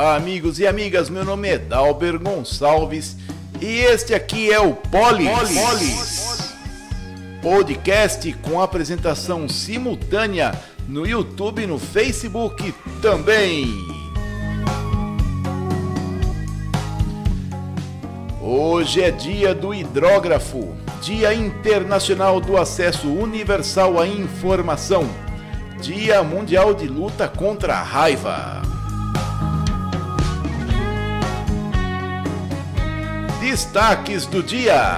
Olá, amigos e amigas, meu nome é Dalber Gonçalves e este aqui é o Polis, podcast com apresentação simultânea no YouTube e no Facebook também. Hoje é dia do hidrógrafo, Dia Internacional do Acesso Universal à Informação, Dia Mundial de Luta contra a Raiva. Destaques do dia: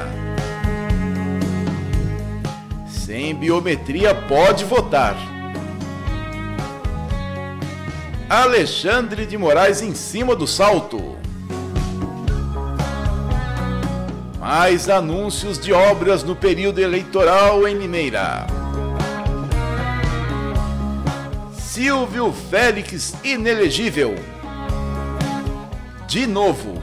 sem biometria pode votar. Alexandre de Moraes em cima do salto. Mais anúncios de obras no período eleitoral em Limeira. Silvio Félix inelegível. De novo.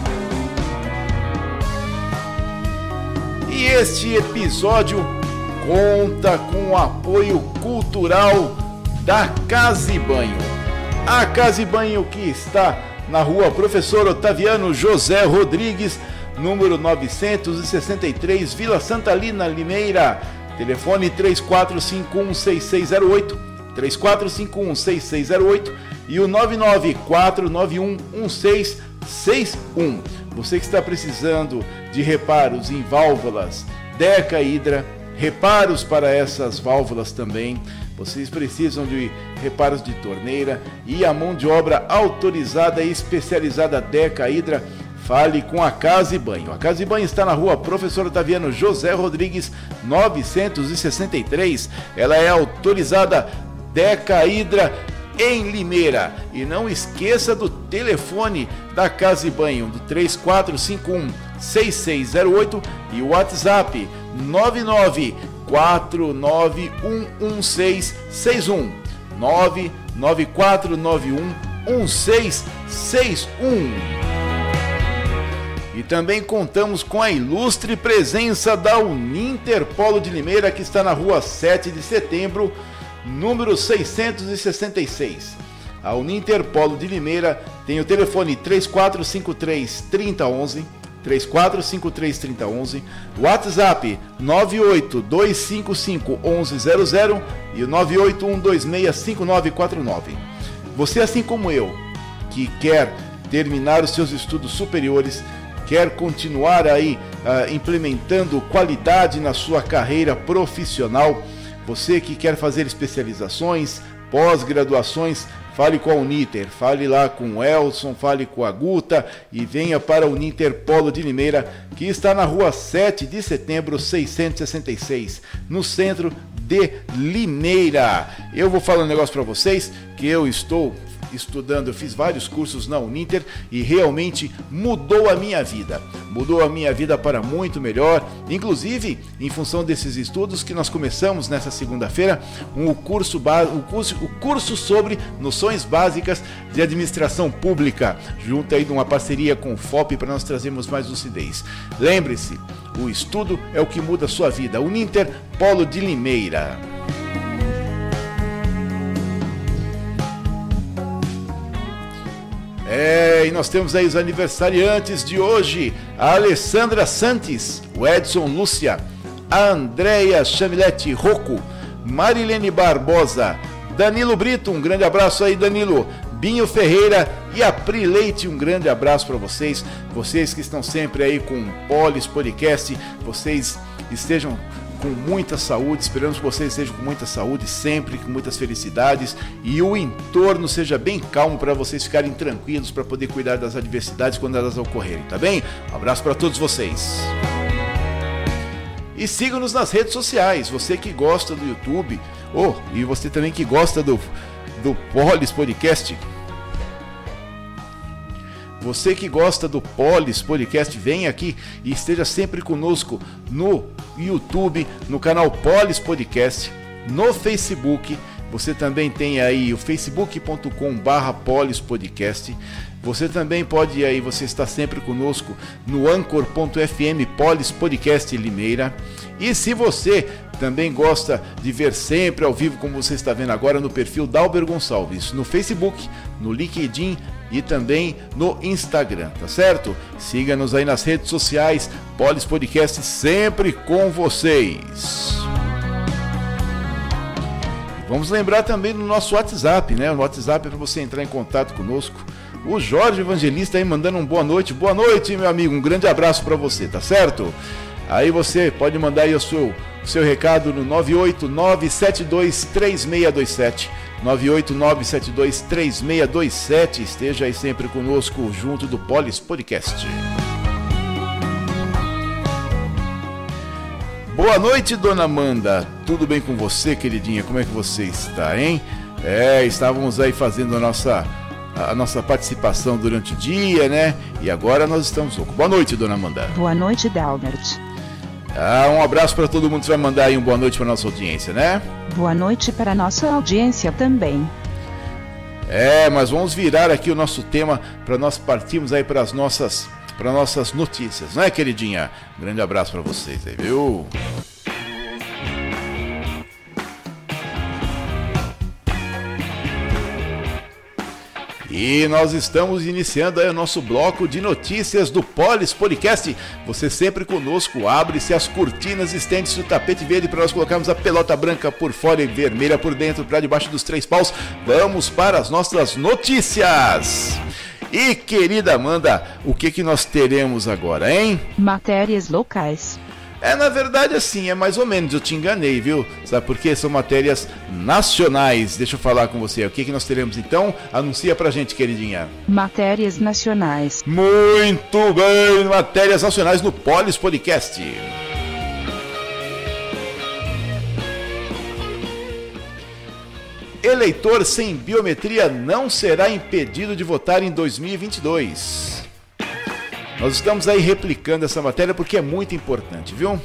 E este episódio conta com o apoio cultural da Casa e Banho. A Casa e Banho que está na rua Professor Otaviano José Rodrigues, número 963, Vila Santalina, Limeira. Telefone 3451-6608, 3451-6608 e o 99491-1661. Você que está precisando de reparos em válvulas Deca Hidra, reparos para essas válvulas também, vocês precisam de reparos de torneira e a mão de obra autorizada e especializada Deca Hidra, fale com a Casa e Banho. A Casa e Banho está na rua Professor Otaviano José Rodrigues, 963. Ela é autorizada Deca Hidra em Limeira. E não esqueça do telefone da Casa e Banho, do 3451-6608 e o WhatsApp 994911661, 994911661. E também contamos com a ilustre presença da Uninter Polo de Limeira, que está na rua 7 de setembro, número 666. A Uninter Polo de Limeira tem o telefone 3453-3011, 3453-3011, WhatsApp 98255-1100 e o 981265949. Você, assim como eu, que quer terminar os seus estudos superiores, quer continuar aí implementando qualidade na sua carreira profissional, você que quer fazer especializações, pós-graduações, fale com a Uninter, fale lá com o Elson, fale com a Guta e venha para a Uninter Polo de Limeira, que está na rua 7 de setembro, 666, no centro de Limeira. Eu vou falar um negócio para vocês, que eu estou estudando, eu fiz vários cursos na Uninter e realmente mudou a minha vida para muito melhor, inclusive em função desses estudos que nós começamos nessa segunda-feira, o curso sobre noções básicas de administração pública, junto aí de uma parceria com o FOP para nós trazermos mais lucidez. Lembre-se, o estudo é o que muda a sua vida. Uninter Polo de Limeira. E nós temos aí os aniversariantes de hoje: a Alessandra Santos, o Edson Lúcia, a Andréia Chamiletti Rocco, Marilene Barbosa, Danilo Brito, um grande abraço aí, Danilo, Binho Ferreira e a Pri Leite, um grande abraço para vocês. Vocês que estão sempre aí com o Polis Podcast, vocês estejam com muita saúde, esperamos que vocês estejam com muita saúde, sempre com muitas felicidades e o entorno seja bem calmo para vocês ficarem tranquilos para poder cuidar das adversidades quando elas ocorrerem, tá bem? Um abraço para todos vocês. E siga-nos nas redes sociais, você que gosta do YouTube, e você também que gosta do Polis Podcast. Você que gosta do Polis Podcast, vem aqui e esteja sempre conosco no YouTube, no canal Polis Podcast, no Facebook. Você também tem aí o facebook.com/Polis Podcast. Você também pode aí, você está sempre conosco no Anchor.fm Polis Podcast Limeira. E se você também gosta de ver sempre ao vivo, como você está vendo agora no perfil Dalber Gonçalves, no Facebook, no LinkedIn e também no Instagram, tá certo? Siga-nos aí nas redes sociais, Polis Podcast sempre com vocês. Vamos lembrar também do nosso WhatsApp, né? O WhatsApp é para você entrar em contato conosco. O Jorge Evangelista aí mandando um boa noite, meu amigo, um grande abraço para você, tá certo? Aí você pode mandar aí o seu recado no 989723627, 989723627, esteja aí sempre conosco junto do Polis Podcast. Boa noite, dona Amanda, tudo bem com você, queridinha? Como é que você está, hein? Estávamos aí fazendo a nossa participação durante o dia, né? E agora nós estamos... Boa noite, dona Amanda. Boa noite, Dalbert. Um abraço para todo mundo que vai mandar aí boa noite para nossa audiência, né? Boa noite para a nossa audiência também. Mas vamos virar aqui o nosso tema para nós partirmos aí para as nossas notícias, não é, queridinha? Grande abraço para vocês aí, viu? E nós estamos iniciando aí o nosso bloco de notícias do Polis Podcast. Você sempre conosco, abre-se as cortinas, estende-se o tapete verde para nós colocarmos a pelota branca por fora e vermelha por dentro, para debaixo dos três paus. Vamos para as nossas notícias. E querida Amanda, o que nós teremos agora, hein? Matérias locais. Na verdade assim, é mais ou menos, eu te enganei, viu? Sabe por quê? São matérias nacionais. Deixa eu falar com você, o que nós teremos então? Anuncia pra gente, queridinha. Matérias nacionais. Muito bem, matérias nacionais no Polis Podcast. Eleitor sem biometria não será impedido de votar em 2022. Nós estamos aí replicando essa matéria porque é muito importante, viu?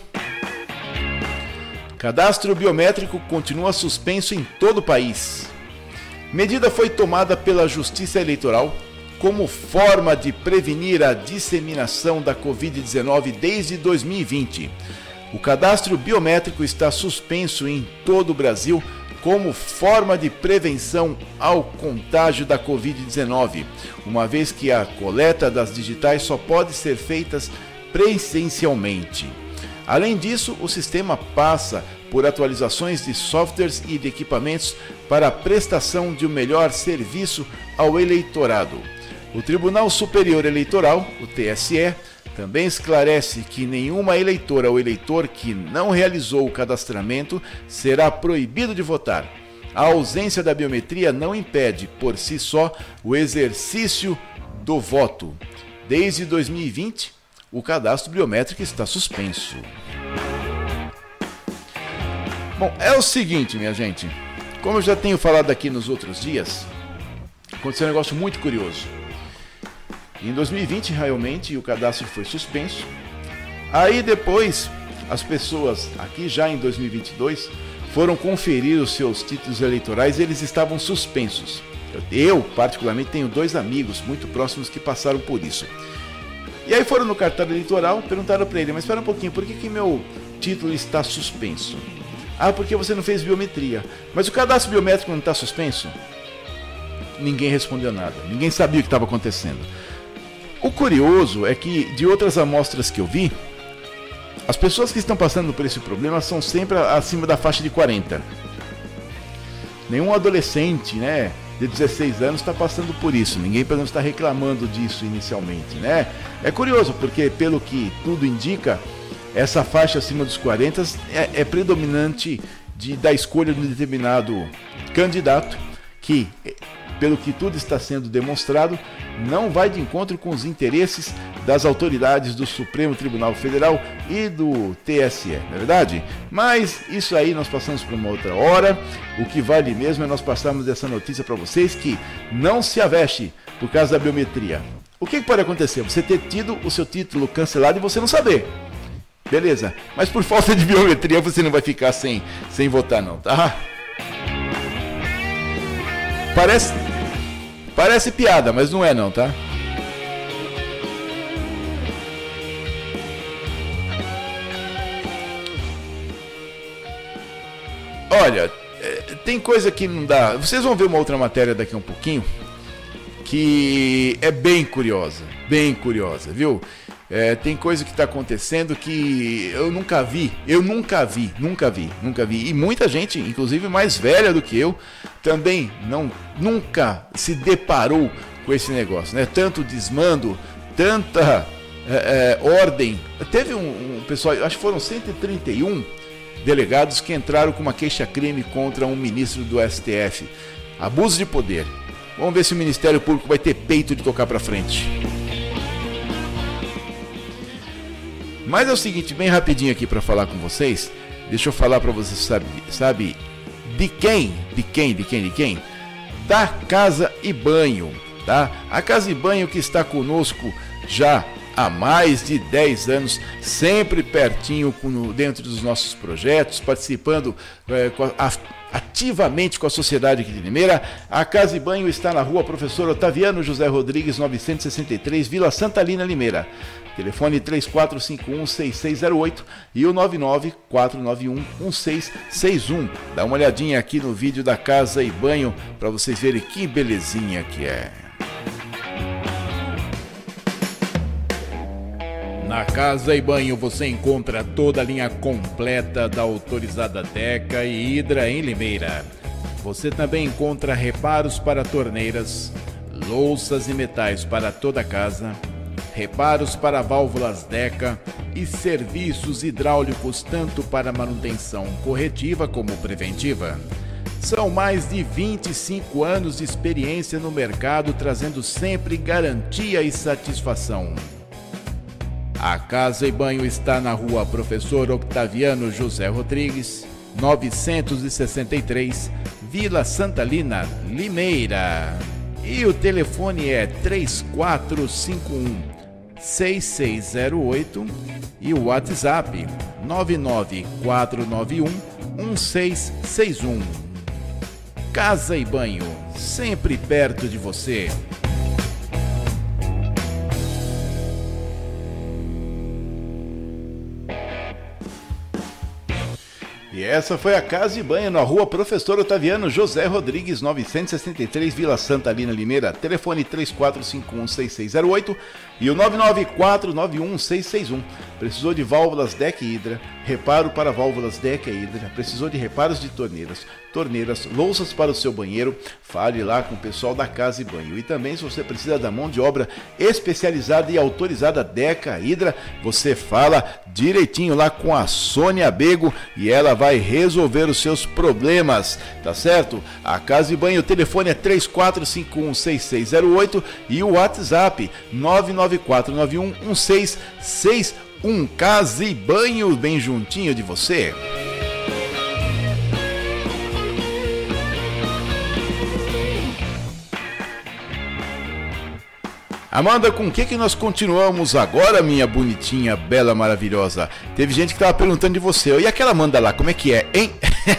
Cadastro biométrico continua suspenso em todo o país. Medida foi tomada pela Justiça Eleitoral como forma de prevenir a disseminação da Covid-19 desde 2020. O cadastro biométrico está suspenso em todo o Brasil como forma de prevenção ao contágio da Covid-19, uma vez que a coleta das digitais só pode ser feita presencialmente. Além disso, o sistema passa por atualizações de softwares e de equipamentos para a prestação de um melhor serviço ao eleitorado. O Tribunal Superior Eleitoral, o TSE, também esclarece que nenhuma eleitora ou eleitor que não realizou o cadastramento será proibido de votar. A ausência da biometria não impede, por si só, o exercício do voto. Desde 2020, o cadastro biométrico está suspenso. Bom, é o seguinte, minha gente. Como eu já tenho falado aqui nos outros dias, aconteceu um negócio muito curioso. Em 2020, realmente, o cadastro foi suspenso. Aí depois, as pessoas, aqui já em 2022, foram conferir os seus títulos eleitorais e eles estavam suspensos. Eu, particularmente, tenho 2 amigos muito próximos que passaram por isso. E aí foram no cartório eleitoral, perguntaram para ele, mas espera um pouquinho, por que meu título está suspenso? Porque você não fez biometria. Mas o cadastro biométrico não está suspenso? Ninguém respondeu nada, ninguém sabia o que estava acontecendo. O curioso é que, de outras amostras que eu vi, as pessoas que estão passando por esse problema são sempre acima da faixa de 40. Nenhum adolescente, né, de 16 anos está passando por isso. Ninguém, pelo menos, está reclamando disso inicialmente, né? É curioso, porque, pelo que tudo indica, essa faixa acima dos 40 é predominante da escolha de um determinado candidato que, pelo que tudo está sendo demonstrado, não vai de encontro com os interesses das autoridades do Supremo Tribunal Federal e do TSE, não é verdade? Mas isso aí nós passamos para uma outra hora. O que vale mesmo é nós passarmos essa notícia para vocês, que não se aveste por causa da biometria. O que pode acontecer? Você ter tido o seu título cancelado e você não saber. Beleza, mas por falta de biometria você não vai ficar sem votar não, tá? Parece piada, mas não é não, tá? Olha, tem coisa que não dá. Vocês vão ver uma outra matéria daqui a um pouquinho, que é bem curiosa, viu? Tem coisa que está acontecendo que eu nunca vi. E muita gente, inclusive mais velha do que eu, também nunca se deparou com esse negócio, né? Tanto desmando, tanta ordem. Teve um pessoal, acho que foram 131 delegados que entraram com uma queixa-crime contra um ministro do STF. Abuso de poder. Vamos ver se o Ministério Público vai ter peito de tocar para frente. Mas é o seguinte, bem rapidinho aqui para falar com vocês. Deixa eu falar para vocês, sabe de quem? Da Casa e Banho, tá? A Casa e Banho que está conosco já há mais de 10 anos, sempre pertinho dentro dos nossos projetos, participando ativamente com a sociedade aqui de Limeira. A Casa e Banho está na rua Professor Otaviano José Rodrigues, 963, Vila Santalina, Limeira. Telefone 3451-6608 e o 99491-1661. Dá uma olhadinha aqui no vídeo da Casa e Banho para vocês verem que belezinha que é. Na Casa e Banho você encontra toda a linha completa da autorizada Deca e Hidra em Limeira. Você também encontra reparos para torneiras, louças e metais para toda a casa, reparos para válvulas Deca e serviços hidráulicos tanto para manutenção corretiva como preventiva. São mais de 25 anos de experiência no mercado, trazendo sempre garantia e satisfação. A Casa e Banho está na rua Professor Octaviano José Rodrigues, 963, Vila Santalina, Limeira. E o telefone é 3451-6608 e o WhatsApp 99491-1661. Casa e Banho, sempre perto de você. E essa foi a Casa e Banho na rua Professor Otaviano José Rodrigues, 963, Vila Santalina, Limeira. Telefone 3451-6608 e o 99491-1661. Precisou de válvulas Deca e Hidra, reparo para válvulas Deca e Hidra, precisou de reparos de torneiras, louças para o seu banheiro, fale lá com o pessoal da Casa e Banho. E também, se você precisa da mão de obra especializada e autorizada Deca e Hidra, você fala direitinho lá com a Sônia Bego e ela vai resolver os seus problemas, tá certo? A Casa e Banho, o telefone é 3451-6608 e o WhatsApp 99491-1661. Casa e Banho, bem juntinho de você. Amanda, com o que nós continuamos agora, minha bonitinha, bela, maravilhosa? Teve gente que tava perguntando de você. E aquela Amanda lá, como é que é, hein?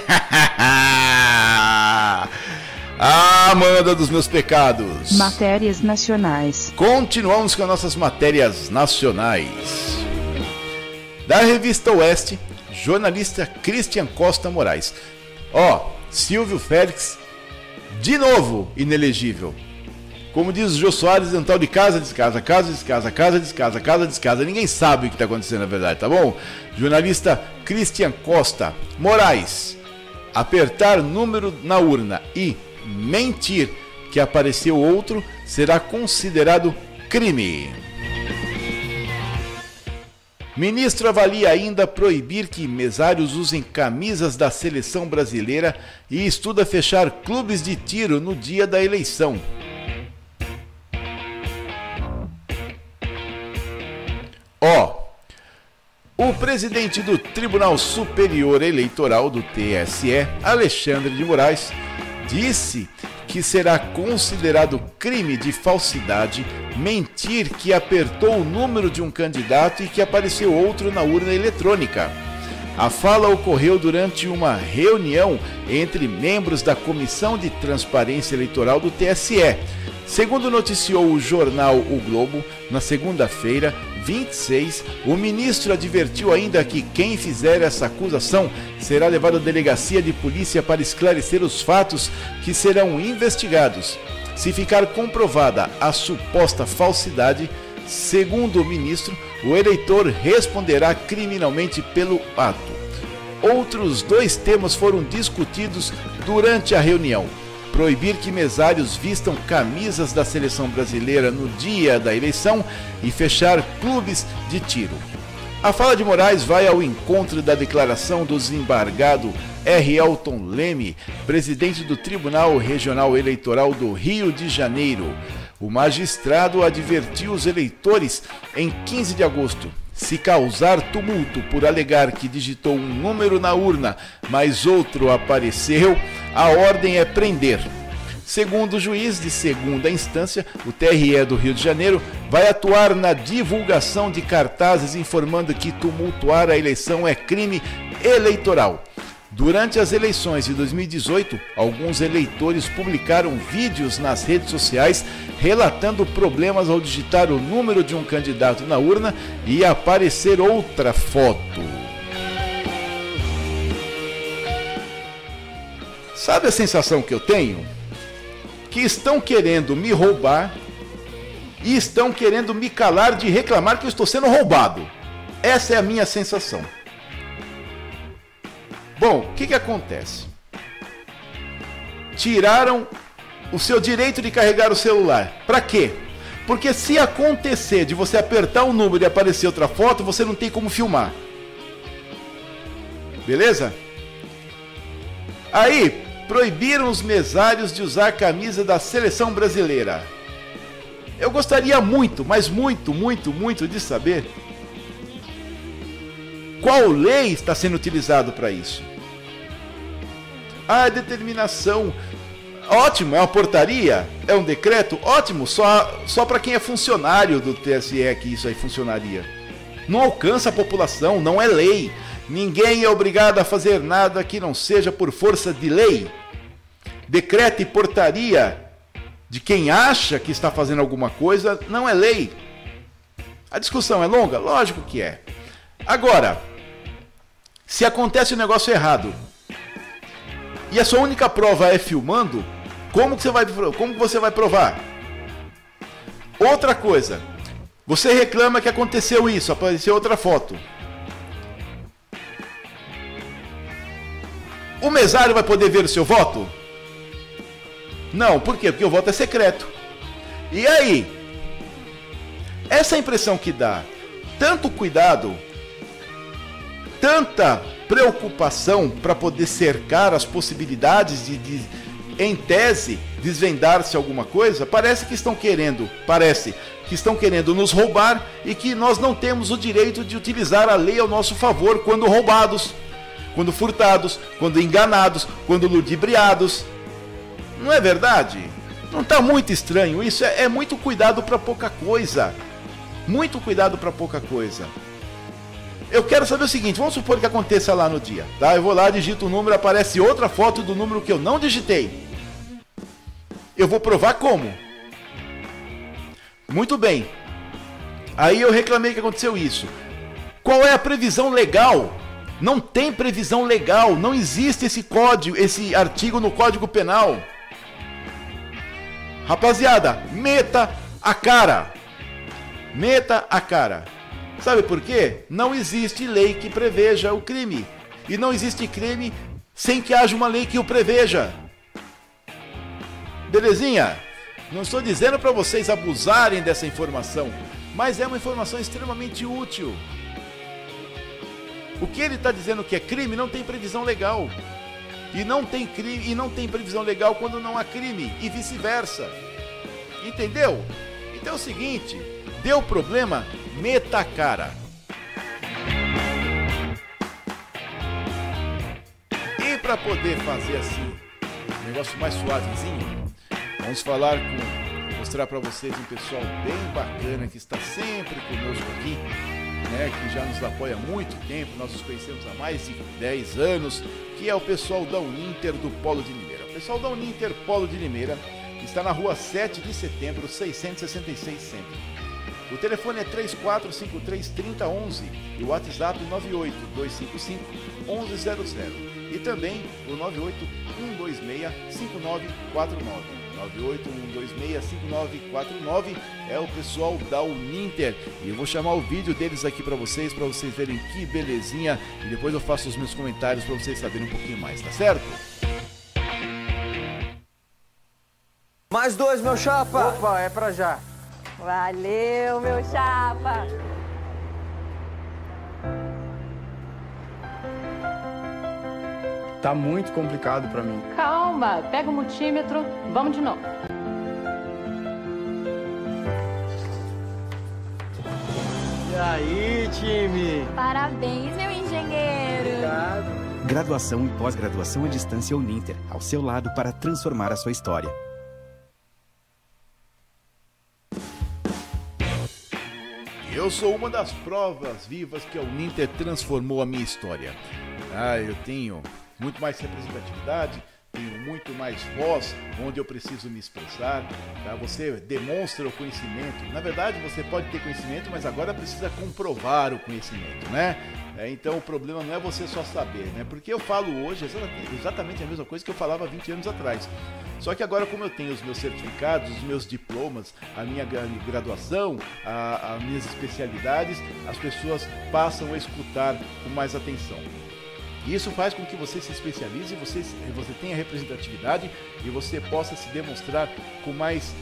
A Amanda dos meus pecados. Matérias nacionais. Continuamos com as nossas matérias nacionais. Da Revista Oeste, jornalista Christian Costa Moraes. Silvio Félix, de novo inelegível. Como diz o Jô Soares, um tal de casa descasa, casa descasa, casa descasa, casa descasa. Ninguém sabe o que está acontecendo na verdade, tá bom? Jornalista Christian Costa Moraes. Apertar número na urna e mentir que apareceu outro será considerado crime. Ministro avalia ainda proibir que mesários usem camisas da seleção brasileira e estuda fechar clubes de tiro no dia da eleição. O presidente do Tribunal Superior Eleitoral do TSE, Alexandre de Moraes, disse que será considerado crime de falsidade mentir que apertou o número de um candidato e que apareceu outro na urna eletrônica. A fala ocorreu durante uma reunião entre membros da Comissão de Transparência Eleitoral do TSE. Segundo noticiou o jornal O Globo, na segunda-feira, 26, o ministro advertiu ainda que quem fizer essa acusação será levado à delegacia de polícia para esclarecer os fatos que serão investigados. Se ficar comprovada a suposta falsidade, segundo o ministro, o eleitor responderá criminalmente pelo ato. Outros 2 temas foram discutidos durante a reunião: proibir que mesários vistam camisas da seleção brasileira no dia da eleição e fechar clubes de tiro. A fala de Moraes vai ao encontro da declaração do desembargado R. Elton Leme, presidente do Tribunal Regional Eleitoral do Rio de Janeiro. O magistrado advertiu os eleitores em 15 de agosto. Se causar tumulto por alegar que digitou um número na urna, mas outro apareceu, a ordem é prender. Segundo o juiz de segunda instância, o TRE do Rio de Janeiro vai atuar na divulgação de cartazes informando que tumultuar a eleição é crime eleitoral. Durante as eleições de 2018, alguns eleitores publicaram vídeos nas redes sociais relatando problemas ao digitar o número de um candidato na urna e aparecer outra foto. Sabe a sensação que eu tenho? Que estão querendo me roubar e estão querendo me calar de reclamar que eu estou sendo roubado. Essa é a minha sensação. Bom, o que acontece? Tiraram o seu direito de carregar o celular. Para quê? Porque se acontecer de você apertar um número e aparecer outra foto, você não tem como filmar. Beleza? Aí, proibiram os mesários de usar a camisa da seleção brasileira. Eu gostaria muito, mas muito de saber qual lei está sendo utilizado para isso. A determinação, ótimo, é uma portaria, é um decreto, ótimo, só para quem é funcionário do TSE que isso aí funcionaria. Não alcança a população, não é lei. Ninguém é obrigado a fazer nada que não seja por força de lei. Decreto e portaria de quem acha que está fazendo alguma coisa não é lei. A discussão é longa? Lógico que é. Agora, se acontece um negócio errado e a sua única prova é filmando, como que você vai provar? Outra coisa, você reclama que aconteceu isso, apareceu outra foto. O mesário vai poder ver o seu voto? Não, por quê? Porque o voto é secreto. E aí? Essa impressão que dá, tanto cuidado, tanta preocupação para poder cercar as possibilidades de, em tese, desvendar-se alguma coisa, parece que estão querendo nos roubar e que nós não temos o direito de utilizar a lei ao nosso favor quando roubados, quando furtados, quando enganados, quando ludibriados. Não é verdade? Não está muito estranho isso? É muito cuidado para pouca coisa. Muito cuidado para pouca coisa. Eu quero saber o seguinte, vamos supor que aconteça lá no dia, tá? Eu vou lá, digito o número, aparece outra foto do número que eu não digitei. Eu vou provar como? Muito bem. Aí eu reclamei que aconteceu isso. Qual é a previsão legal? Não tem previsão legal, não existe esse código, esse artigo no Código Penal. Rapaziada, meta a cara. Meta a cara. Sabe por quê? Não existe lei que preveja o crime. E não existe crime sem que haja uma lei que o preveja. Belezinha? Não estou dizendo para vocês abusarem dessa informação, mas é uma informação extremamente útil. O que ele está dizendo que é crime não tem previsão legal. E não tem crime, e não tem previsão legal quando não há crime, e vice-versa. Entendeu? Então é o seguinte, deu problema, meta a cara. E para poder fazer assim, um negócio mais suavezinho, vamos mostrar para vocês um pessoal bem bacana que está sempre conosco aqui, né, que já nos apoia há muito tempo, nós os conhecemos há mais de 10 anos, que é o pessoal da Uninter do Polo de Limeira. O pessoal da Uninter Polo de Limeira está na rua 7 de setembro, 666 Centro. O telefone é 3453-3011 e o WhatsApp 98255-1100 e também o 98126-5949. 981265949 é o pessoal da Uninter. E eu vou chamar o vídeo deles aqui para vocês verem que belezinha. E depois eu faço os meus comentários para vocês saberem um pouquinho mais, tá certo? Mais 2, meu chapa! Opa, é pra já. Valeu, meu chapa! Tá muito complicado pra mim. Calma, pega o multímetro, vamos de novo. E aí, time? Parabéns, meu engenheiro! Obrigado. Graduação e pós-graduação à distância Uninter, ao seu lado para transformar a sua história. Eu sou uma das provas vivas que a Uninter transformou a minha história. Eu tenho muito mais representatividade, tenho muito mais voz onde eu preciso me expressar, tá? Você demonstra o conhecimento. Na verdade, você pode ter conhecimento, mas agora precisa comprovar o conhecimento, né? Então o problema não é você só saber, né? Porque eu falo hoje exatamente a mesma coisa que eu falava 20 anos atrás. Só que agora, como eu tenho os meus certificados, os meus diplomas, a minha graduação, as minhas especialidades, as pessoas passam a escutar com mais atenção. E isso faz com que você se especialize, você tenha representatividade e você possa se demonstrar com mais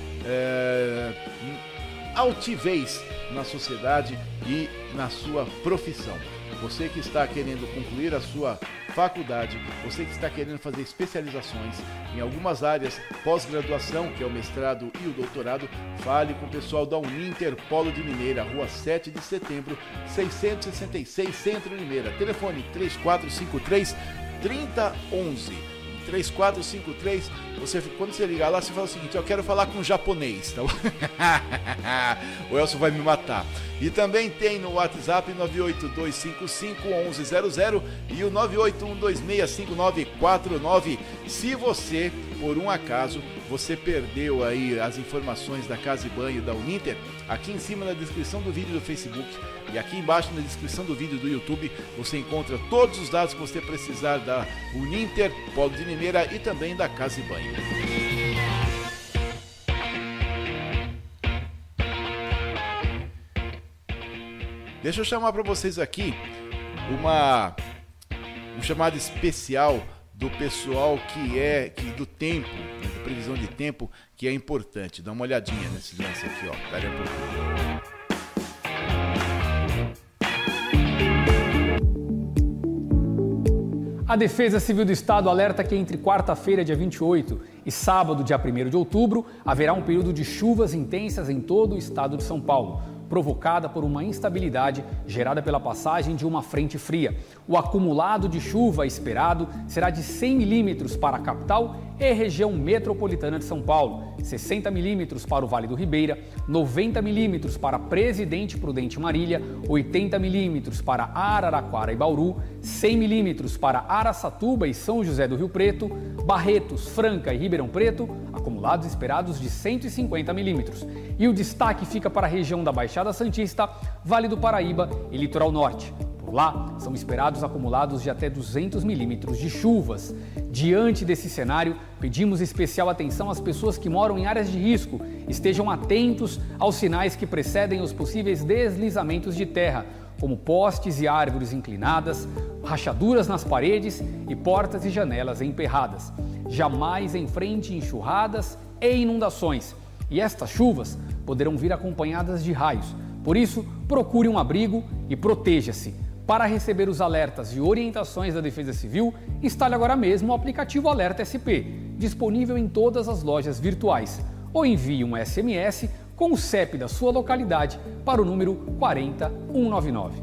altivez na sociedade e na sua profissão. Você que está querendo concluir a sua faculdade, você que está querendo fazer especializações em algumas áreas, pós-graduação, que é o mestrado e o doutorado, fale com o pessoal da Uninter Polo de Limeira, Rua 7 de Setembro, 666, Centro Limeira. Telefone 3453-3011. 3453, quando você ligar lá, você fala o seguinte: eu quero falar com um japonês, tá? O Elcio vai me matar. E também tem no WhatsApp 982551100 e o 981265949. Se você, por um acaso, você perdeu aí as informações da Casa e Banho da Uninter, aqui em cima na descrição do vídeo do Facebook e aqui embaixo na descrição do vídeo do YouTube, você encontra todos os dados que você precisar da Uninter, Polo de Limeira e também da Casa e Banho. Deixa eu chamar para vocês aqui um chamado especial do pessoal do tempo, né, da previsão de tempo, que é importante. Dá uma olhadinha nesse lance aqui, ó. Pera aí um pouquinho. A Defesa Civil do Estado alerta que entre quarta-feira, dia 28, e sábado, dia 1º de outubro, haverá um período de chuvas intensas em todo o estado de São Paulo, provocada por uma instabilidade gerada pela passagem de uma frente fria. O acumulado de chuva esperado será de 100 milímetros para a capital e região metropolitana de São Paulo, 60 milímetros para o Vale do Ribeira, 90 milímetros para Presidente Prudente Marília, 80 milímetros para Araraquara e Bauru, 100 milímetros para Araçatuba e São José do Rio Preto, Barretos, Franca e Ribeirão Preto, acumulados esperados de 150 milímetros. E o destaque fica para a região da Baixada Santista, Vale do Paraíba e Litoral Norte. Por lá, são esperados acumulados de até 200 milímetros de chuvas. Diante desse cenário, pedimos especial atenção às pessoas que moram em áreas de risco. Estejam atentos aos sinais que precedem os possíveis deslizamentos de terra, como postes e árvores inclinadas, rachaduras nas paredes e portas e janelas emperradas. Jamais enfrente enxurradas e inundações. E estas chuvas poderão vir acompanhadas de raios. Por isso, procure um abrigo e proteja-se. Para receber os alertas e orientações da Defesa Civil, instale agora mesmo o aplicativo Alerta SP, disponível em todas as lojas virtuais, ou envie um SMS com o CEP da sua localidade para o número 40199.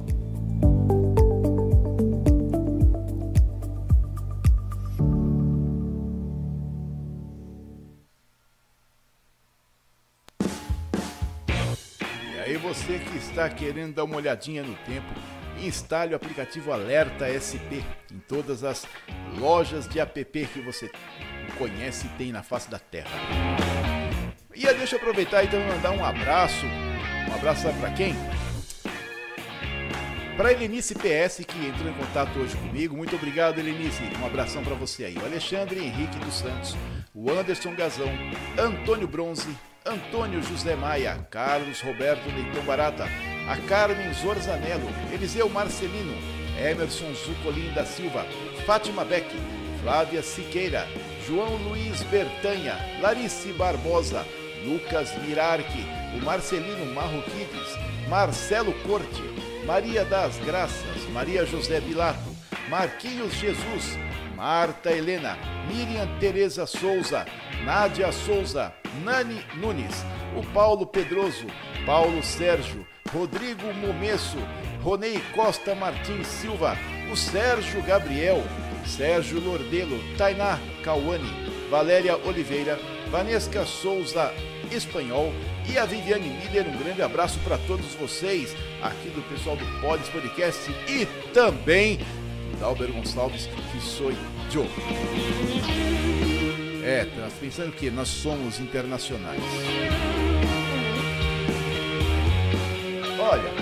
E aí você que está querendo dar uma olhadinha no tempo, instale o aplicativo Alerta SP em todas as lojas de app que você conhece e tem na face da terra. E deixa eu aproveitar então e mandar um abraço. Um abraço, sabe pra quem? Para a Helenice PS, que entrou em contato hoje comigo, muito obrigado, Helenice. Um abração para você aí. O Alexandre Henrique dos Santos, o Anderson Gazão, Antônio Bronze, Antônio José Maia, Carlos Roberto Leitão Barata, a Carmen Zorzanello, Eliseu Marcelino, Emerson Zucolin da Silva, Fátima Beck, Flávia Siqueira, João Luiz Bertanha, Larice Barbosa, Lucas Mirarque, o Marcelino Marroquides, Marcelo Corte, Maria das Graças, Maria José Bilato, Marquinhos Jesus, Marta Helena, Miriam Tereza Souza, Nádia Souza, Nani Nunes, o Paulo Pedroso, Paulo Sérgio, Rodrigo Momesso, Ronei Costa Martins Silva, o Sérgio Gabriel, Sérgio Lordelo, Tainá Cauane, Valéria Oliveira, Vanesca Souza Espanhol e a Viviane Miller. Um grande abraço para todos vocês aqui do pessoal do Polis Podcast e também do Dalber Gonçalves, que sou eu. Tá pensando que nós somos internacionais. Olha,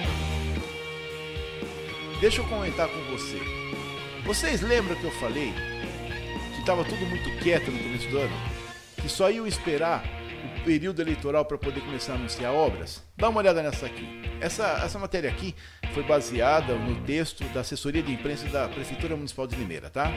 deixa eu comentar com você. Vocês lembram que eu falei que estava tudo muito quieto no começo do ano? Que só iam esperar o período eleitoral para poder começar a anunciar obras? Dá uma olhada nessa aqui. Essa matéria aqui foi baseada no texto da assessoria de imprensa da Prefeitura Municipal de Limeira, tá?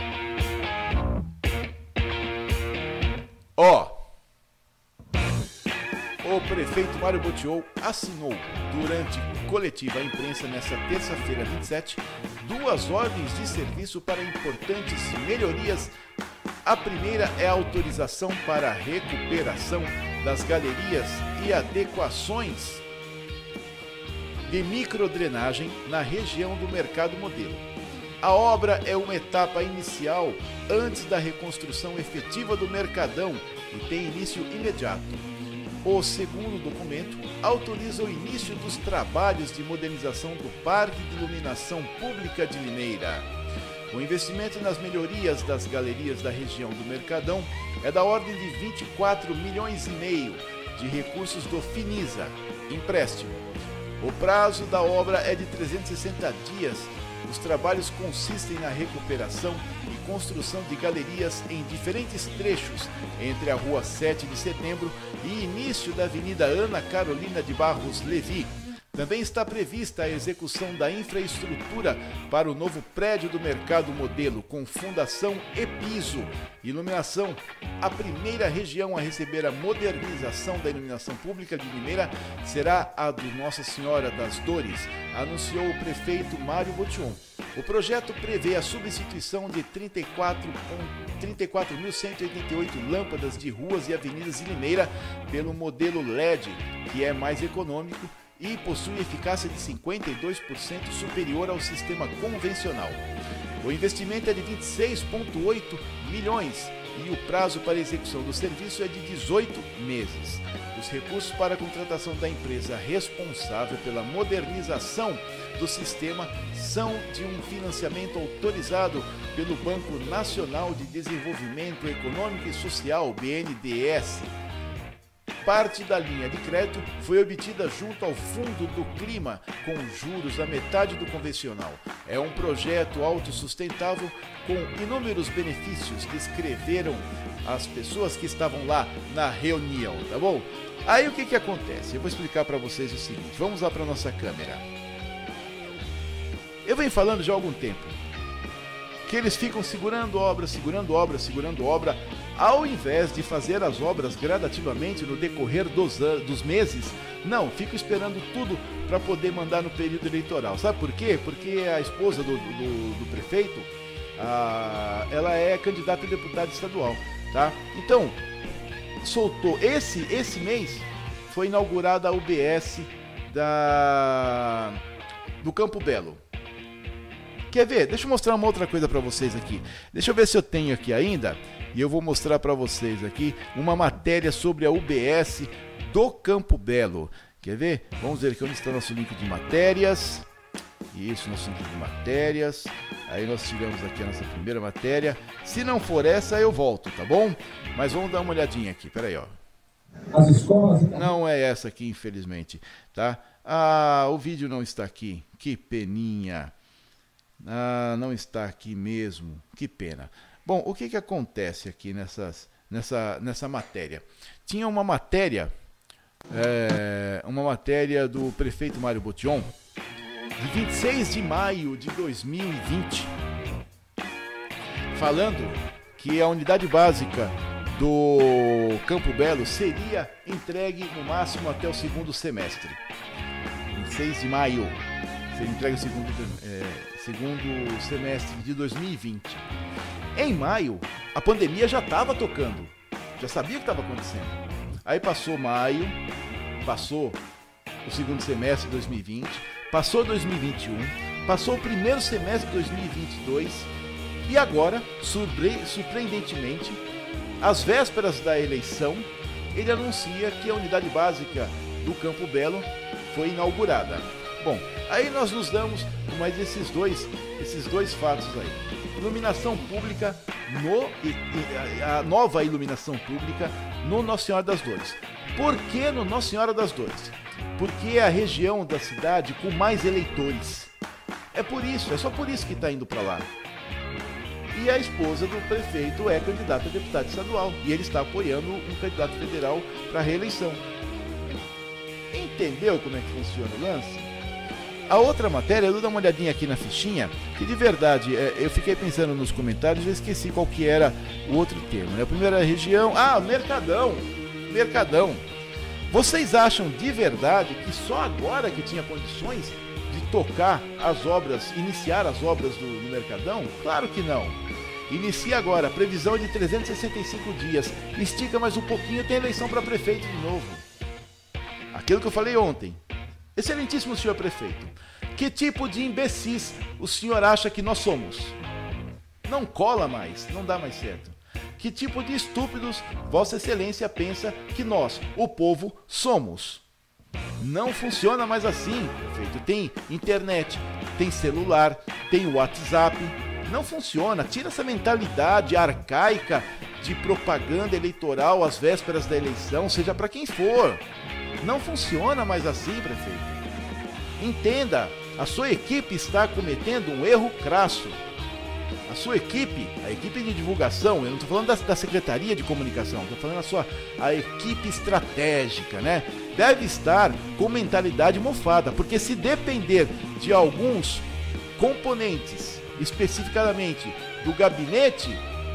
O prefeito Mário Botiol assinou durante coletiva à imprensa nesta terça-feira 27 duas ordens de serviço para importantes melhorias. A primeira é a autorização para a recuperação das galerias e adequações de microdrenagem na região do Mercado Modelo. A obra é uma etapa inicial antes da reconstrução efetiva do Mercadão e tem início imediato. O segundo documento autoriza o início dos trabalhos de modernização do Parque de Iluminação Pública de Limeira. O investimento nas melhorias das galerias da região do Mercadão é da ordem de 24 milhões e meio de recursos do Finisa, empréstimo. O prazo da obra é de 360 dias. Os trabalhos consistem na recuperação e construção de galerias em diferentes trechos entre a Rua 7 de Setembro e início da Avenida Ana Carolina de Barros Levi. Também está prevista a execução da infraestrutura para o novo prédio do Mercado Modelo, com fundação e piso. Iluminação. A primeira região a receber a modernização da iluminação pública de Limeira será a do Nossa Senhora das Dores, anunciou o prefeito Mário Botion. O projeto prevê a substituição de 34.188 lâmpadas de ruas e avenidas de Limeira pelo modelo LED, que é mais econômico e possui eficácia de 52% superior ao sistema convencional. O investimento é de 26,8 milhões e o prazo para execução do serviço é de 18 meses. Os recursos para a contratação da empresa responsável pela modernização do sistema são de um financiamento autorizado pelo Banco Nacional de Desenvolvimento Econômico e Social, BNDES. Parte da linha de crédito foi obtida junto ao Fundo do Clima, com juros a metade do convencional. É um projeto autossustentável com inúmeros benefícios, descreveram as pessoas que estavam lá na reunião, tá bom? Aí o que acontece? Eu vou explicar para vocês o seguinte, vamos lá para nossa câmera. Eu venho falando já há algum tempo que eles ficam segurando obra, ao invés de fazer as obras gradativamente no decorrer dos meses. Não, ficam esperando tudo para poder mandar no período eleitoral. Sabe por quê? Porque a esposa do prefeito, ela é candidata a deputada estadual, tá? Então, soltou, esse mês foi inaugurada a UBS do Campo Belo. Quer ver? Deixa eu mostrar uma outra coisa para vocês aqui. Deixa eu ver se eu tenho aqui ainda. E eu vou mostrar para vocês aqui uma matéria sobre a UBS do Campo Belo. Quer ver? Vamos ver aqui onde está nosso link de matérias. Isso, nosso link de matérias. Aí nós tivemos aqui a nossa primeira matéria. Se não for essa, eu volto, tá bom? Mas vamos dar uma olhadinha aqui. Pera aí, ó. As escolas... Não é essa aqui, infelizmente, tá? Ah, o vídeo não está aqui. Que peninha. Ah, não está aqui mesmo. Que pena. Bom, o que acontece aqui nessa matéria? Tinha uma matéria do prefeito Mário Botion, de 26 de maio de 2020, falando que a unidade básica do Campo Belo seria entregue no máximo até o segundo semestre. 26 de maio, seria entregue o segundo semestre de 2020. Em maio, a pandemia já estava tocando, já sabia o que estava acontecendo. Aí passou maio, passou o segundo semestre de 2020, passou 2021, passou o primeiro semestre de 2022 e agora, surpreendentemente, às vésperas da eleição, ele anuncia que a unidade básica do Campo Belo foi inaugurada. Bom, aí nós nos damos mais esses dois fatos aí. Iluminação pública, a nova iluminação pública no Nossa Senhora das Dores. Por que no Nossa Senhora das Dores? Porque é a região da cidade com mais eleitores. É só por isso que está indo para lá. E a esposa do prefeito é candidata a deputada estadual. E ele está apoiando um candidato federal para a reeleição. Entendeu como é que funciona o lance? A outra matéria, eu vou dar uma olhadinha aqui na fichinha, que de verdade, eu fiquei pensando nos comentários e eu esqueci qual que era o outro termo, né? A primeira região, Mercadão. Vocês acham de verdade que só agora que tinha condições de tocar as obras, iniciar as obras no Mercadão? Claro que não. Inicia agora, previsão de 365 dias, estica mais um pouquinho, tem eleição para prefeito de novo. Aquilo que eu falei ontem. Excelentíssimo senhor prefeito, que tipo de imbecis o senhor acha que nós somos? Não cola mais, não dá mais certo. Que tipo de estúpidos Vossa Excelência pensa que nós, o povo, somos? Não funciona mais assim, prefeito. Tem internet, tem celular, tem WhatsApp. Não funciona. Tira essa mentalidade arcaica de propaganda eleitoral às vésperas da eleição, seja para quem for. Não funciona mais assim, prefeito. Entenda, a sua equipe está cometendo um erro crasso. A sua equipe, a equipe de divulgação, eu não estou falando da Secretaria de Comunicação, estou falando a equipe estratégica, né? Deve estar com mentalidade mofada, porque se depender de alguns componentes, especificadamente do gabinete,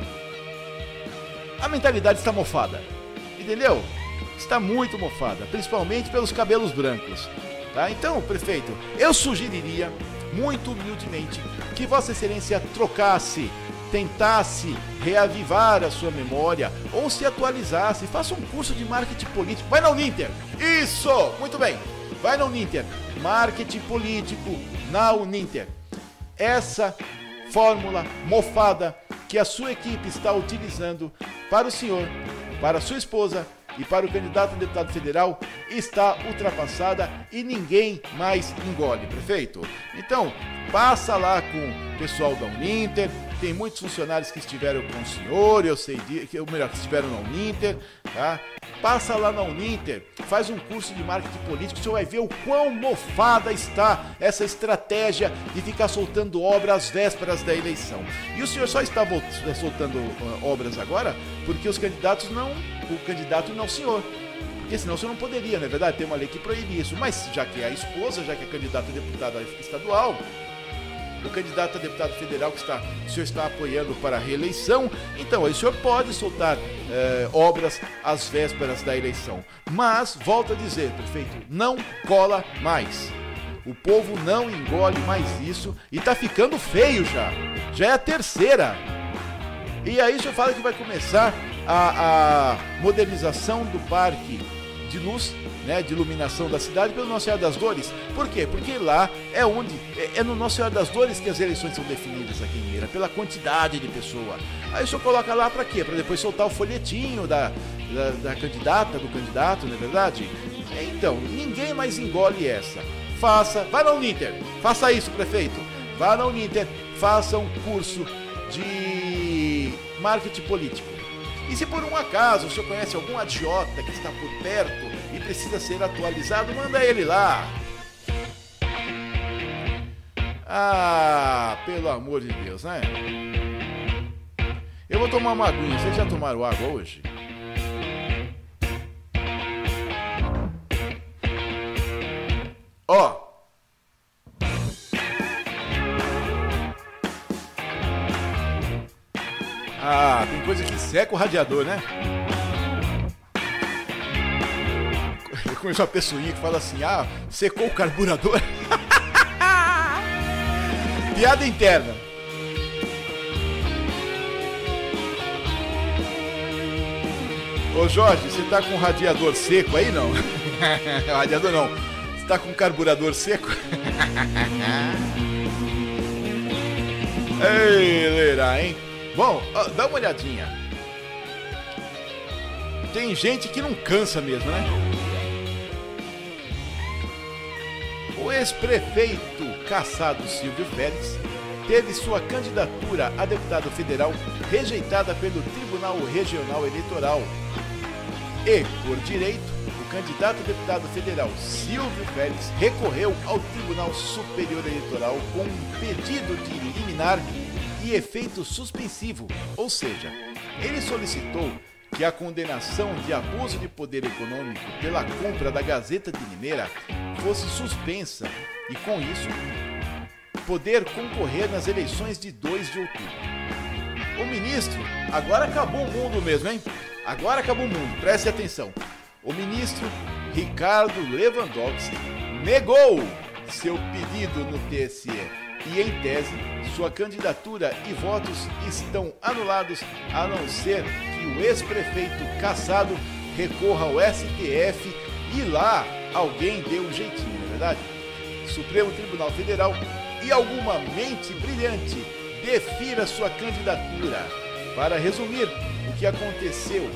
a mentalidade está mofada, entendeu? Está muito mofada, principalmente pelos cabelos brancos, tá? Então, prefeito, eu sugeriria, muito humildemente, que Vossa Excelência trocasse, tentasse reavivar a sua memória, ou se atualizasse, faça um curso de marketing político. Vai na Uninter! Isso! Muito bem! Vai na Uninter. Marketing político na Uninter. Essa fórmula mofada que a sua equipe está utilizando para o senhor, para a sua esposa e para o candidato a deputado federal está ultrapassada e ninguém mais engole, prefeito. Então, passa lá com o pessoal da Uninter, tem muitos funcionários que estiveram com o senhor, eu sei, que estiveram na Uninter, tá? Passa lá na Uninter, faz um curso de marketing político, o senhor vai ver o quão mofada está essa estratégia de ficar soltando obras às vésperas da eleição. E o senhor só está soltando obras agora porque os candidatos não, o candidato não o senhor. Porque senão o senhor não poderia, não é verdade? Tem uma lei que proíbe isso. Mas já que é a esposa, já que é candidata a deputada estadual, o candidato a deputado federal que o senhor está apoiando para a reeleição, então aí o senhor pode soltar obras às vésperas da eleição. Mas, volto a dizer, prefeito, não cola mais. O povo não engole mais isso e tá ficando feio já. Já é a terceira. E aí o senhor fala que vai começar a modernização do parque de luz, né, de iluminação da cidade pelo Nossa Senhora das Dores. Por quê? Porque lá é no Nossa Senhora das Dores que as eleições são definidas aqui em Limeira, pela quantidade de pessoa. Aí o senhor coloca lá para quê? Para depois soltar o folhetinho da candidata, do candidato, não é verdade? Então, ninguém mais engole essa. Vai na Uninter, faça isso, prefeito. Vá na Uninter, faça um curso de marketing político. E se por um acaso o senhor conhece algum agiota que está por perto e precisa ser atualizado, manda ele lá. Ah, pelo amor de Deus, né? Eu vou tomar uma aguinha. Vocês já tomaram água hoje? Ó. Ah, tem coisa que seca o radiador, né? Eu conheço uma pessoinha que fala assim: ah, secou o carburador. Piada interna. Ô Jorge, você tá com o radiador seco aí, não? Radiador não. Você tá com o carburador seco? Ei, Leira, hein? Bom, ó, dá uma olhadinha. Tem gente que não cansa mesmo, né? O ex-prefeito cassado Silvio Félix teve sua candidatura a deputado federal rejeitada pelo Tribunal Regional Eleitoral. E, por direito, o candidato a deputado federal Silvio Félix recorreu ao Tribunal Superior Eleitoral com um pedido de liminar e efeito suspensivo, ou seja, ele solicitou que a condenação de abuso de poder econômico pela compra da Gazeta de Limeira fosse suspensa e, com isso, poder concorrer nas eleições de 2 de outubro. O ministro, agora acabou o mundo mesmo, hein? Agora acabou o mundo, preste atenção. O ministro Ricardo Lewandowski negou seu pedido no TSE e, em tese, sua candidatura e votos estão anulados, a não ser que o ex-prefeito cassado recorra ao STF e lá alguém dê um jeitinho, não é verdade? Supremo Tribunal Federal e alguma mente brilhante defira sua candidatura. Para resumir o que aconteceu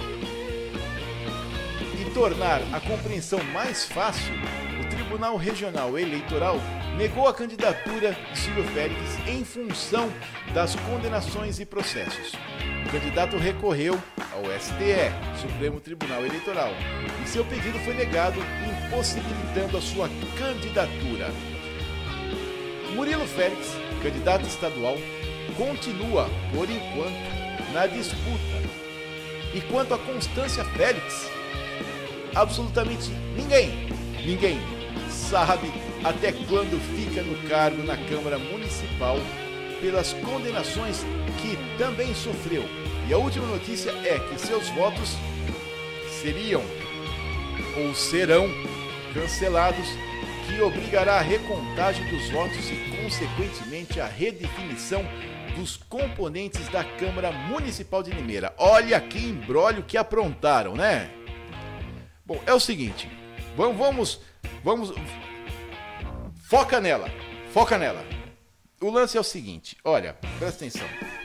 e tornar a compreensão mais fácil, o Tribunal Regional Eleitoral negou a candidatura de Silvio Félix em função das condenações e processos. O candidato recorreu ao STE, Supremo Tribunal Eleitoral, e seu pedido foi negado, impossibilitando a sua candidatura. Murilo Félix, candidato estadual, continua, por enquanto, na disputa. E quanto a Constância Félix, absolutamente ninguém sabe até quando fica no cargo na Câmara Municipal pelas condenações que também sofreu. E a última notícia é que seus votos seriam ou serão cancelados, que obrigará a recontagem dos votos e, consequentemente, a redefinição dos componentes da Câmara Municipal de Limeira. Olha que imbróglio que aprontaram, né? Bom, é o seguinte, vamos, foca nela. O lance é o seguinte, olha, presta atenção.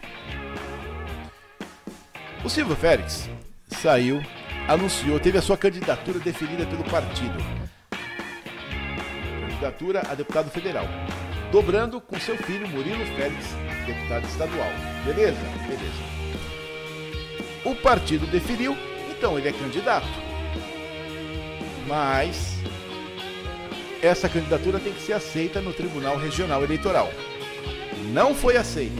O Silvio Félix saiu, anunciou, teve a sua candidatura definida pelo partido. Candidatura a deputado federal, dobrando com seu filho Murilo Félix, deputado estadual. Beleza? O partido definiu, então ele é candidato. Mas essa candidatura tem que ser aceita no Tribunal Regional Eleitoral. Não foi aceita.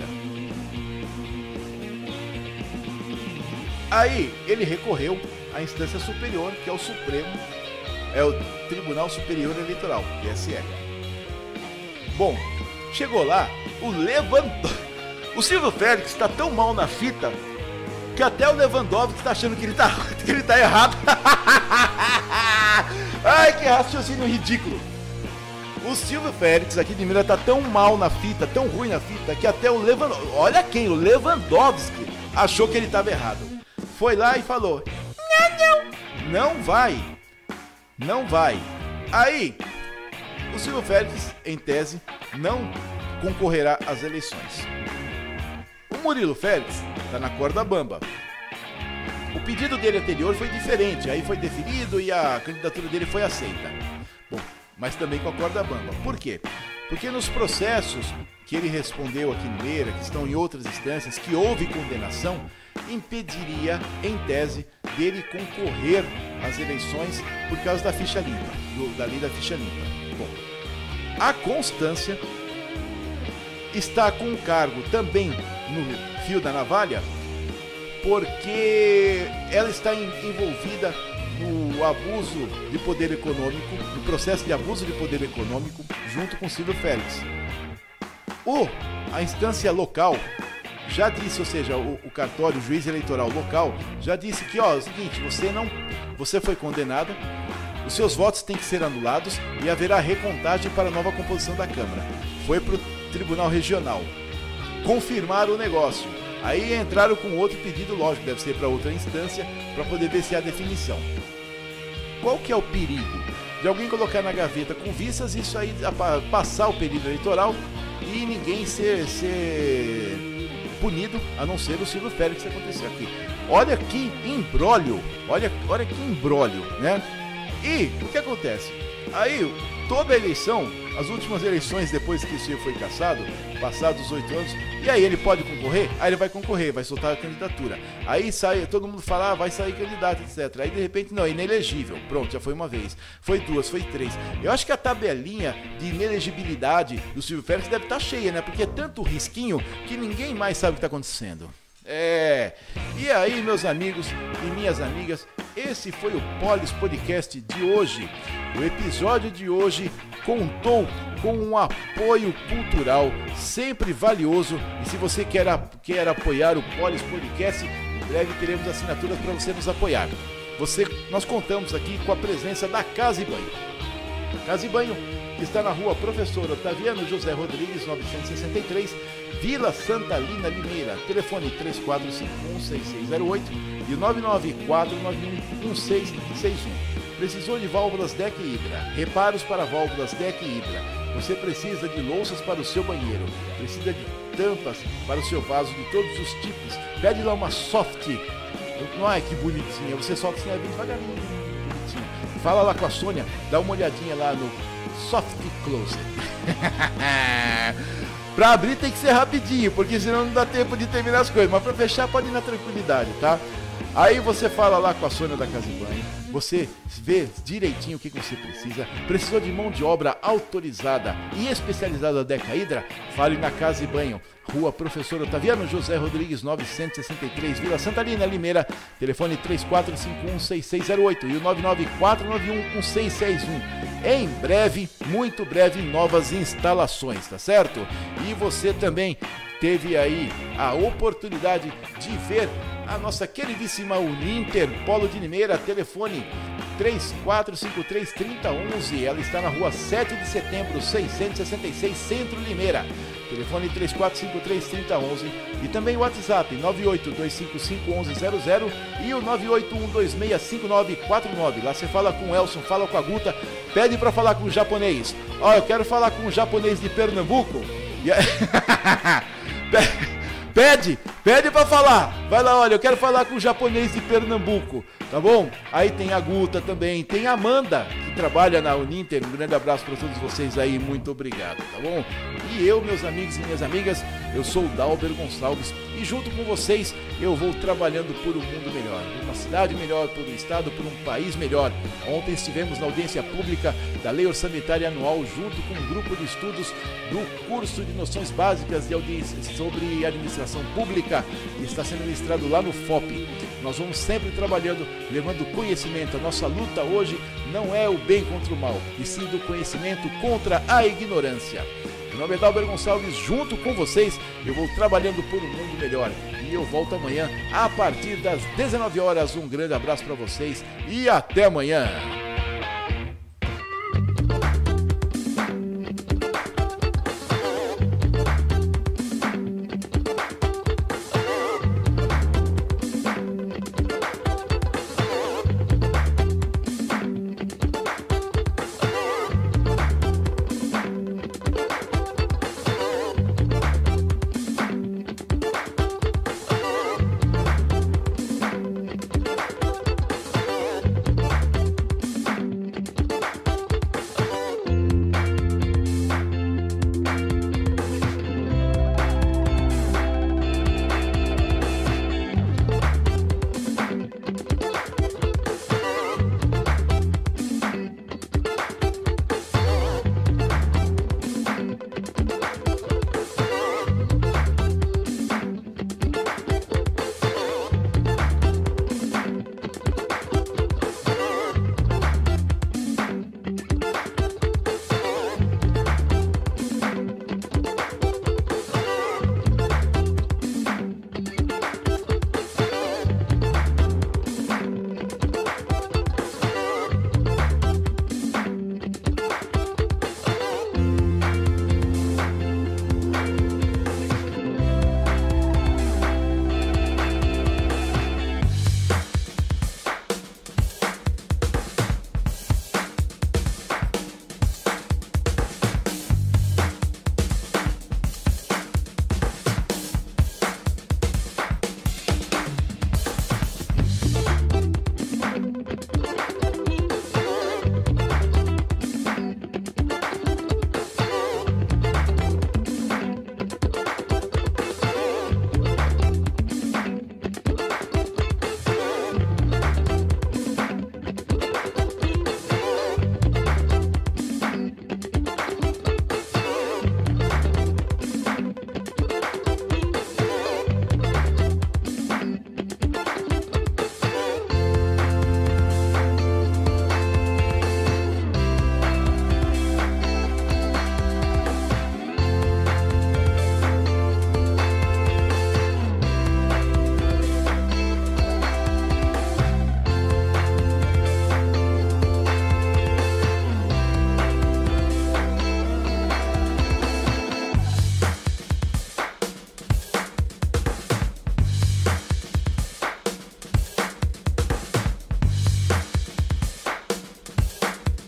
Aí ele recorreu à instância superior, que é o Supremo, é o Tribunal Superior Eleitoral, TSE. Bom, chegou lá, o Silvio Félix está tão mal na fita que até o Lewandowski está achando que ele tá errado. Ai, que raciocínio ridículo. O Silvio Félix aqui de Limeira tá tão mal na fita, tão ruim na fita, que até o Lewandowski, olha quem, o Lewandowski, achou que ele estava errado. Foi lá e falou: não vai. Aí, o Silvio Félix, em tese, não concorrerá às eleições. O Murilo Félix está na corda bamba. O pedido dele anterior foi diferente, aí foi definido e a candidatura dele foi aceita. Bom, mas também com a corda bamba. Por quê? Porque nos processos que ele respondeu aqui em Limeira, que estão em outras instâncias, que houve condenação, impediria, em tese, dele concorrer às eleições por causa da ficha limpa, da lei da ficha limpa. Bom, a Constância está com um cargo também no fio da navalha, porque ela está envolvida no abuso de poder econômico, no processo de abuso de poder econômico, junto com Silvio Félix. A instância local já disse, ou seja, o cartório, o juiz eleitoral local, já disse que, é o seguinte, você foi condenada, os seus votos têm que ser anulados e haverá recontagem para a nova composição da Câmara. Foi para o Tribunal Regional confirmar o negócio. Aí entraram com outro pedido, lógico, deve ser para outra instância, para poder ver se há definição. Qual que é o perigo de alguém colocar na gaveta com vistas isso aí passar o período eleitoral e ninguém ser punido, a não ser o Silvio Félix que aconteceu aqui? Olha que imbróglio, olha que imbróglio, né? E o que acontece? Aí, toda a eleição, as últimas eleições depois que o Silvio foi cassado, passados 8 anos, e aí ele pode concorrer? Aí ele vai concorrer, vai soltar a candidatura. Aí sai, todo mundo fala, vai sair candidato, etc. Aí de repente, não, é inelegível. Pronto, já foi uma vez. Foi duas, foi três. Eu acho que a tabelinha de inelegibilidade do Silvio Félix deve estar cheia, né? Porque é tanto risquinho que ninguém mais sabe o que está acontecendo. E aí, meus amigos e minhas amigas, esse foi o Polis Podcast de hoje. O episódio de hoje contou com um apoio cultural sempre valioso. E se você quer apoiar o Polis Podcast, em breve teremos assinaturas para você nos apoiar. Nós contamos aqui com a presença da Casa e Banho. Casa e Banho está na rua Professor Otaviano José Rodrigues, 963, Vila Santalina, Limeira. Telefone 3451-6608 e o 99491-1661. Precisou de válvulas DEC Hydra? Reparos para válvulas DEC Hydra. Você precisa de louças para o seu banheiro, precisa de tampas para o seu vaso de todos os tipos. Pede lá uma soft. Não é que bonitinha, você solta assim, é bem devagarinho, bonitinho. Fala lá com a Sônia, dá uma olhadinha lá no Soft Closet. Pra abrir tem que ser rapidinho, porque senão não dá tempo de terminar as coisas. Mas pra fechar pode ir na tranquilidade, tá? Aí você fala lá com a Sônia da Casa e Banho, você vê direitinho o que você precisa. Precisou de mão de obra autorizada e especializada da DEC Hydra? Fale na Casa e Banho, Rua Professor Otaviano José Rodrigues, 963, Vila Santalina, Limeira. Telefone 3451-6608 e o 99491-1661. Em breve, muito breve, novas instalações, tá certo? E você também teve aí a oportunidade de ver a nossa queridíssima Uninter Polo de Limeira. Telefone 3453-3011. Ela está na rua 7 de setembro, 666, Centro Limeira. Telefone 3453-3011 e também o WhatsApp 982551100 e o 981265949. Lá você fala com o Elson, fala com a Guta, pede para falar com o japonês. Eu quero falar com o japonês de Pernambuco. Pede pra falar. Vai lá, olha, eu quero falar com o japonês de Pernambuco, tá bom? Aí tem a Guta também, tem a Amanda, que trabalha na Uninter. Um grande abraço para todos vocês aí, muito obrigado, tá bom? E eu, meus amigos e minhas amigas, eu sou o Dalber Gonçalves e junto com vocês eu vou trabalhando por um mundo melhor, por uma cidade melhor, por um estado, por um país melhor. Ontem estivemos na audiência pública da Lei Orçamentária Anual junto com um grupo de estudos do curso de noções básicas de audiência sobre administração pública, que está sendo ministrado lá no FOP. Nós vamos sempre trabalhando, levando conhecimento. A nossa luta hoje não é o bem contra o mal, e sim do conhecimento contra a ignorância. Meu nome é Dalber Gonçalves, junto com vocês eu vou trabalhando por um mundo melhor. E eu volto amanhã a partir das 19 horas. Um grande abraço para vocês e até amanhã.